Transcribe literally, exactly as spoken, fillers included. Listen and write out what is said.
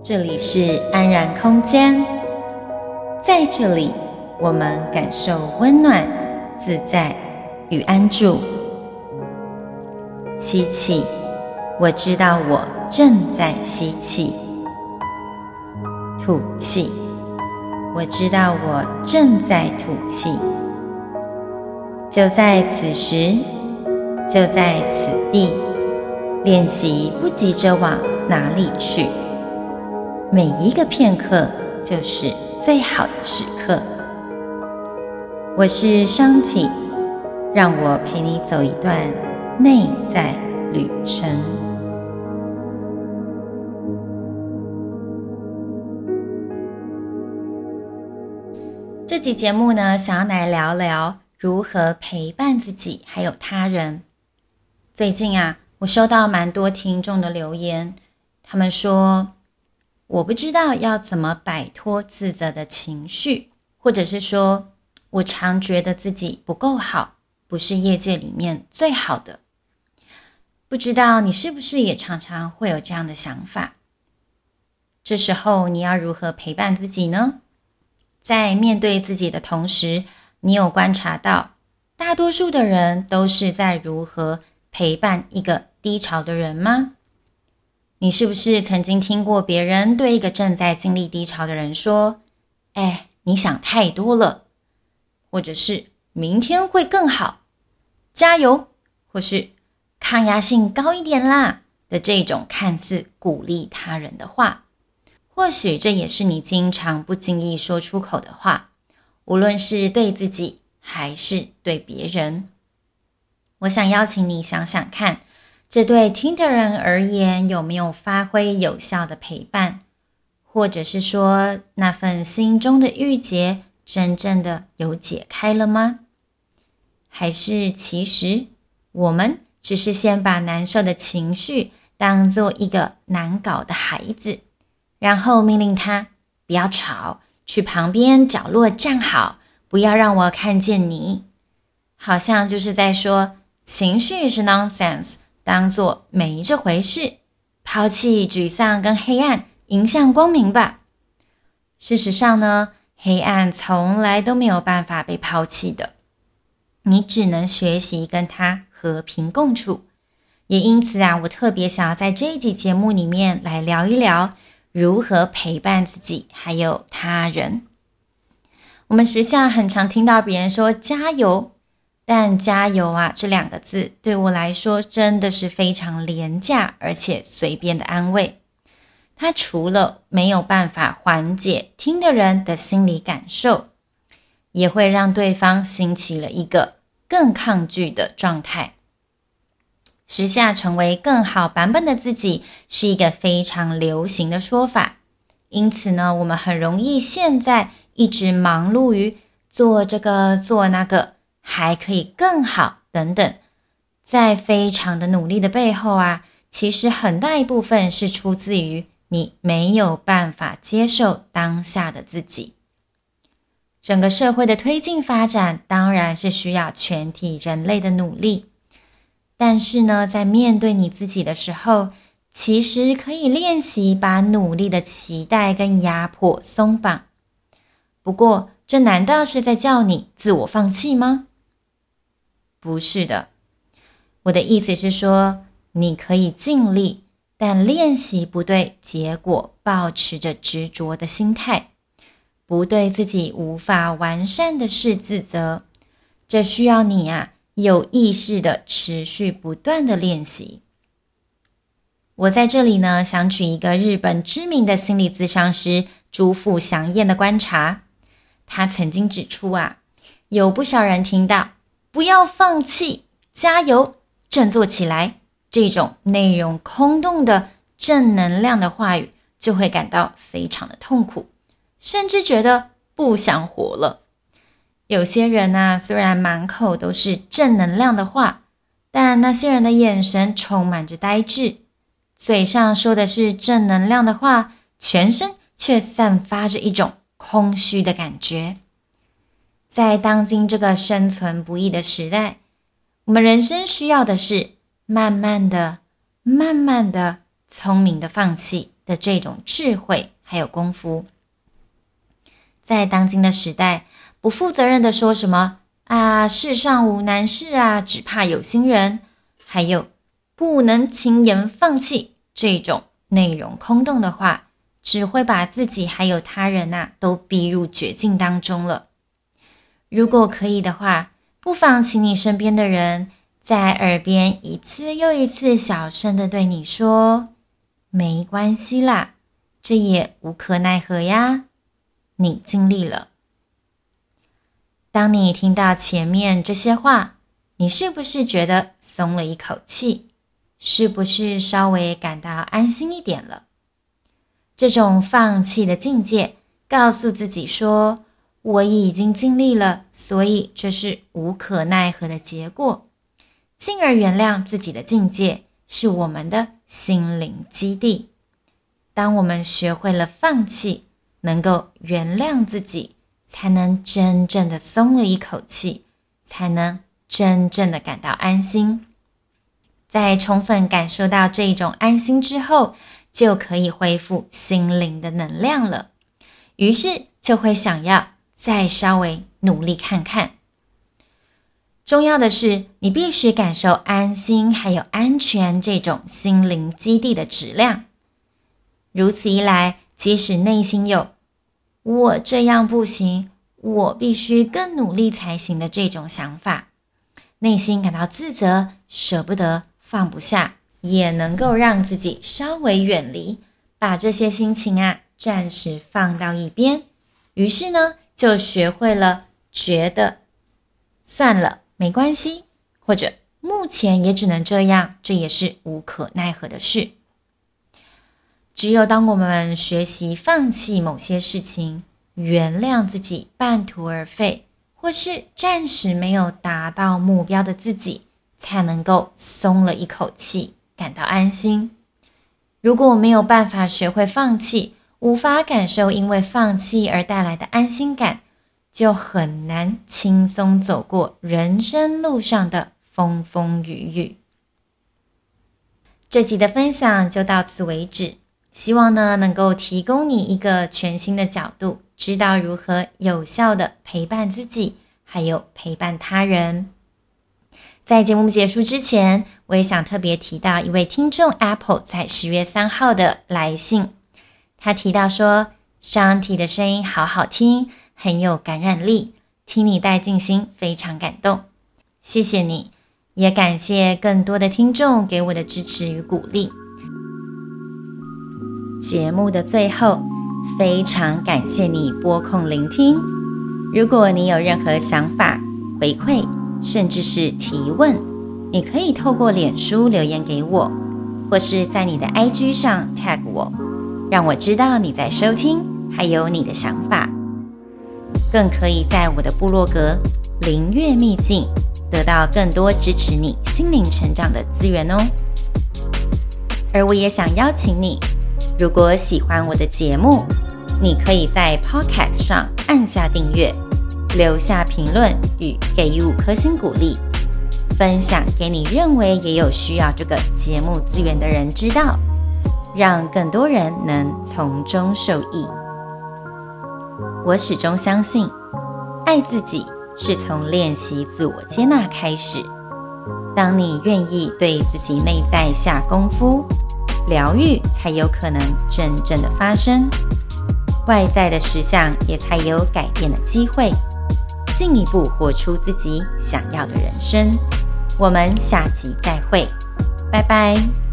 这里是安然空间，在这里我们感受温暖、自在与安住。吸气，我知道我正在吸气；吐气，我知道我正在吐气。就在此时，就在此地，练习不急着往哪里去，每一个片刻就是最好的时刻。我是商启，让我陪你走一段内在旅程。这集节目呢，想要来聊聊如何陪伴自己还有他人。最近啊，我收到蛮多听众的留言，他们说我不知道要怎么摆脱自责的情绪，或者是说我常觉得自己不够好，不是业界里面最好的。不知道你是不是也常常会有这样的想法？这时候你要如何陪伴自己呢？在面对自己的同时，你有观察到大多数的人都是在如何陪伴一个低潮的人吗？你是不是曾经听过别人对一个正在经历低潮的人说，哎，你想太多了，或者是明天会更好，加油，或是抗压性高一点啦的这种看似鼓励他人的话。或许这也是你经常不经意说出口的话，无论是对自己还是对别人。我想邀请你想想看，这对听的人而言有没有发挥有效的陪伴，或者是说那份心中的郁结真正的有解开了吗？还是其实我们只是先把难受的情绪当作一个难搞的孩子，然后命令他不要吵，去旁边角落站好，不要让我看见你。好像就是在说情绪是 nonsense， 当作没这回事，抛弃沮丧跟黑暗，迎向光明吧。事实上呢，黑暗从来都没有办法被抛弃的，你只能学习跟它和平共处。也因此啊，我特别想要在这一集节目里面来聊一聊如何陪伴自己还有他人。我们时下很常听到别人说加油，但加油啊这两个字对我来说真的是非常廉价而且随便的安慰。它除了没有办法缓解听的人的心理感受，也会让对方兴起了一个更抗拒的状态。时下成为更好版本的自己是一个非常流行的说法，因此呢，我们很容易现在一直忙碌于做这个做那个，还可以更好等等。在非常的努力的背后啊，其实很大一部分是出自于你没有办法接受当下的自己。整个社会的推进发展当然是需要全体人类的努力，但是呢，在面对你自己的时候，其实可以练习把努力的期待跟压迫松绑。不过，这难道是在叫你自我放弃吗？不是的，我的意思是说，你可以尽力，但练习不对结果抱持着执着的心态，不对自己无法完善的事自责，这需要你啊有意识的持续不断的练习。我在这里呢，想举一个日本知名的心理咨商师朱富祥彦的观察。他曾经指出啊，有不少人听到不要放弃，加油，振作起来，这种内容空洞的正能量的话语，就会感到非常的痛苦，甚至觉得不想活了。有些人啊，虽然满口都是正能量的话，但那些人的眼神充满着呆滞，嘴上说的是正能量的话，全身却散发着一种空虚的感觉。在当今这个生存不易的时代，我们人生需要的是慢慢的、慢慢的、聪明的放弃， 的这种智慧还有功夫。在当今的时代，不负责任的说什么啊，世上无难事啊，只怕有心人，还有不能轻言放弃，这种内容空洞的话，只会把自己还有他人啊都逼入绝境当中了。如果可以的话，不妨请你身边的人在耳边一次又一次小声的对你说，没关系啦，这也无可奈何呀，你尽力了。当你听到前面这些话，你是不是觉得松了一口气？是不是稍微感到安心一点了？这种放弃的境界，告诉自己说，我已经尽力了，所以这是无可奈何的结果。进而原谅自己的境界，是我们的心灵基地。当我们学会了放弃，能够原谅自己，才能真正的松了一口气，才能真正的感到安心。在充分感受到这种安心之后，就可以恢复心灵的能量了，于是就会想要再稍微努力看看。重要的是，你必须感受安心还有安全这种心灵基地的质量。如此一来，即使内心有我这样不行，我必须更努力才行的这种想法，内心感到自责，舍不得，放不下，也能够让自己稍微远离，把这些心情啊暂时放到一边。于是呢，就学会了觉得算了，没关系，或者目前也只能这样，这也是无可奈何的事。只有当我们学习放弃某些事情，原谅自己半途而废，或是暂时没有达到目标的自己，才能够松了一口气，感到安心。如果我没有办法学会放弃，无法感受因为放弃而带来的安心感，就很难轻松走过人生路上的风风雨雨。这集的分享就到此为止，希望呢能够提供你一个全新的角度，知道如何有效的陪伴自己，还有陪伴他人。在节目结束之前，我也想特别提到一位听众 Apple 在十月三号的来信。他提到说，上体的声音好好听，很有感染力，听你带进心，非常感动。谢谢你，也感谢更多的听众给我的支持与鼓励。节目的最后，非常感谢你拨空聆听。如果你有任何想法、回馈，甚至是提问，你可以透过脸书留言给我，或是在你的 I G 上 tag 我，让我知道你在收听，还有你的想法。更可以在我的部落格灵月秘境得到更多支持你心灵成长的资源哦。而我也想邀请你，如果喜欢我的节目，你可以在 Podcast 上按下订阅，留下评论与给予五颗星鼓励，分享给你认为也有需要这个节目资源的人知道，让更多人能从中受益。我始终相信，爱自己是从练习自我接纳开始。当你愿意对自己内在下功夫，疗愈才有可能真正的发生，外在的实相也才有改变的机会，进一步活出自己想要的人生。我们下集再会，拜拜。